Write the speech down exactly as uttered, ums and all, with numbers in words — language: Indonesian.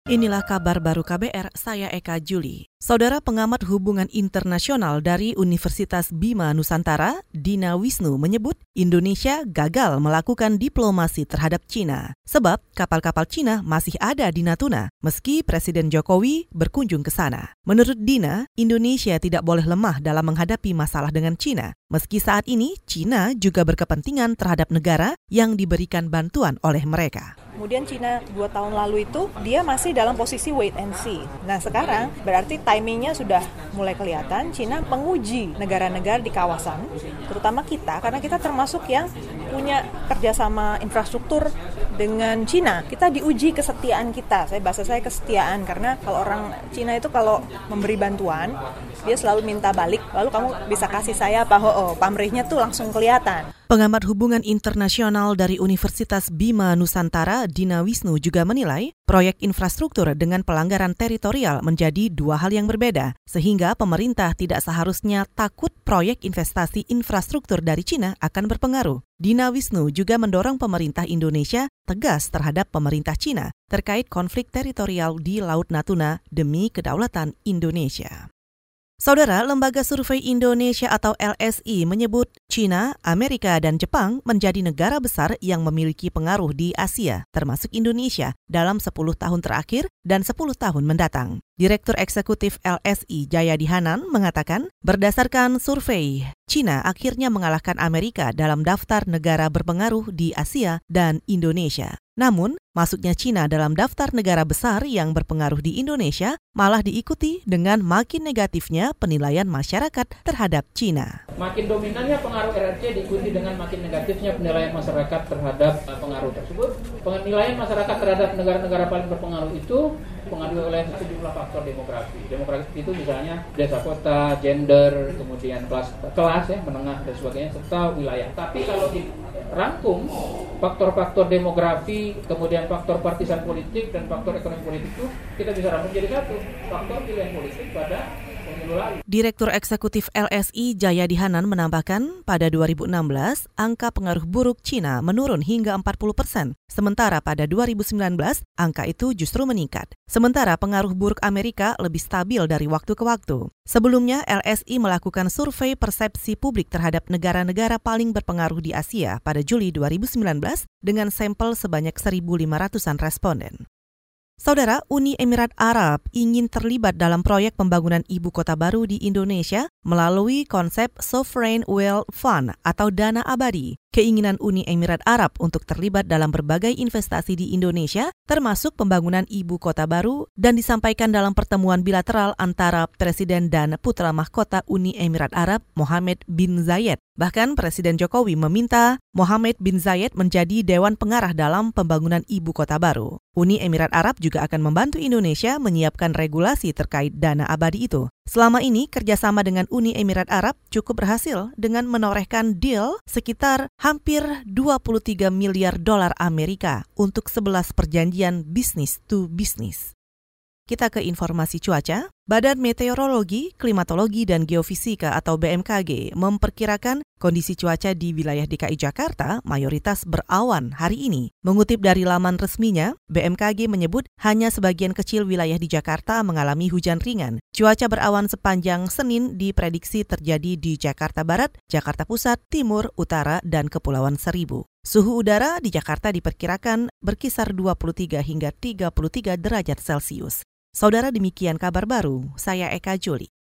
Inilah kabar baru K B R, saya Eka Juli. Saudara pengamat hubungan internasional dari Universitas Bima Nusantara, Dina Wisnu menyebut Indonesia gagal melakukan diplomasi terhadap Cina. Sebab kapal-kapal Cina masih ada di Natuna, meski Presiden Jokowi berkunjung ke sana. Menurut Dina, Indonesia tidak boleh lemah dalam menghadapi masalah dengan Cina. Meski saat ini, Cina juga berkepentingan terhadap negara yang diberikan bantuan oleh mereka. Kemudian Cina dua tahun lalu itu dia masih dalam posisi wait and see. Nah sekarang berarti timingnya sudah mulai kelihatan. Cina menguji negara-negara di kawasan, terutama kita, karena kita termasuk yang punya kerjasama infrastruktur dengan Cina. Kita diuji kesetiaan kita. Saya bahasa saya kesetiaan karena kalau orang Cina itu kalau memberi bantuan dia selalu minta balik. Lalu kamu bisa kasih saya apa? Oh, pamrihnya tuh langsung kelihatan. Pengamat hubungan internasional dari Universitas Bima Nusantara, Dina Wisnu juga menilai proyek infrastruktur dengan pelanggaran teritorial menjadi dua hal yang berbeda, sehingga pemerintah tidak seharusnya takut proyek investasi infrastruktur dari Cina akan berpengaruh. Dina Wisnu juga mendorong pemerintah Indonesia tegas terhadap pemerintah Cina terkait konflik teritorial di Laut Natuna demi kedaulatan Indonesia. Saudara, Lembaga Survei Indonesia atau L S I menyebut China, Amerika, dan Jepang menjadi negara besar yang memiliki pengaruh di Asia, termasuk Indonesia, dalam sepuluh tahun terakhir dan sepuluh tahun mendatang. Direktur Eksekutif L S I Jayadi Hanan mengatakan, berdasarkan survei, China akhirnya mengalahkan Amerika dalam daftar negara berpengaruh di Asia dan Indonesia. Namun, masuknya China dalam daftar negara besar yang berpengaruh di Indonesia malah diikuti dengan makin negatifnya penilaian masyarakat terhadap China. Makin dominannya pengaruh R R C diikuti dengan makin negatifnya penilaian masyarakat terhadap pengaruh tersebut. Penilaian masyarakat terhadap negara-negara paling berpengaruh itu dipengaruhi oleh sejumlah faktor demografi. Demografi itu misalnya desa kota, gender, kemudian kelas, kelas ya, menengah dan sebagainya, serta wilayah. Tapi kalau dirangkum faktor-faktor demografi, kemudian faktor partisan politik dan faktor ekonomi politik itu kita bisa rangkum jadi satu, faktor pilihan politik pada pemilu lalu. Direktur Eksekutif L S I Jayadi Hanan menambahkan, pada dua ribu enam belas angka pengaruh buruk Cina menurun hingga empat puluh persen, sementara pada dua ribu sembilan belas angka itu justru meningkat. Sementara pengaruh buruk Amerika lebih stabil dari waktu ke waktu. Sebelumnya, L S I melakukan survei persepsi publik terhadap negara-negara paling berpengaruh di Asia pada Juli dua ribu sembilan belas dengan sampel sebanyak seribu lima ratusan responden. Saudara, Uni Emirat Arab ingin terlibat dalam proyek pembangunan ibu kota baru di Indonesia melalui konsep Sovereign Wealth Fund atau dana abadi. Keinginan Uni Emirat Arab untuk terlibat dalam berbagai investasi di Indonesia, termasuk pembangunan ibu kota baru, dan disampaikan dalam pertemuan bilateral antara Presiden dan Putra Mahkota Uni Emirat Arab, Mohammed bin Zayed. Bahkan Presiden Jokowi meminta Mohammed bin Zayed menjadi dewan pengarah dalam pembangunan ibu kota baru. Uni Emirat Arab juga akan membantu Indonesia menyiapkan regulasi terkait dana abadi itu. Selama ini, kerjasama dengan Uni Emirat Arab cukup berhasil dengan menorehkan deal sekitar hampir dua puluh tiga miliar dolar Amerika untuk sebelas perjanjian bisnis to bisnis. Kita ke informasi cuaca. Badan Meteorologi, Klimatologi, dan Geofisika atau B M K G memperkirakan kondisi cuaca di wilayah D K I Jakarta mayoritas berawan hari ini. Mengutip dari laman resminya, B M K G menyebut hanya sebagian kecil wilayah di Jakarta mengalami hujan ringan. Cuaca berawan sepanjang Senin diprediksi terjadi di Jakarta Barat, Jakarta Pusat, Timur, Utara, dan Kepulauan Seribu. Suhu udara di Jakarta diperkirakan berkisar dua puluh tiga hingga tiga puluh tiga derajat Celcius. Saudara, demikian kabar baru. Saya Eka Juli.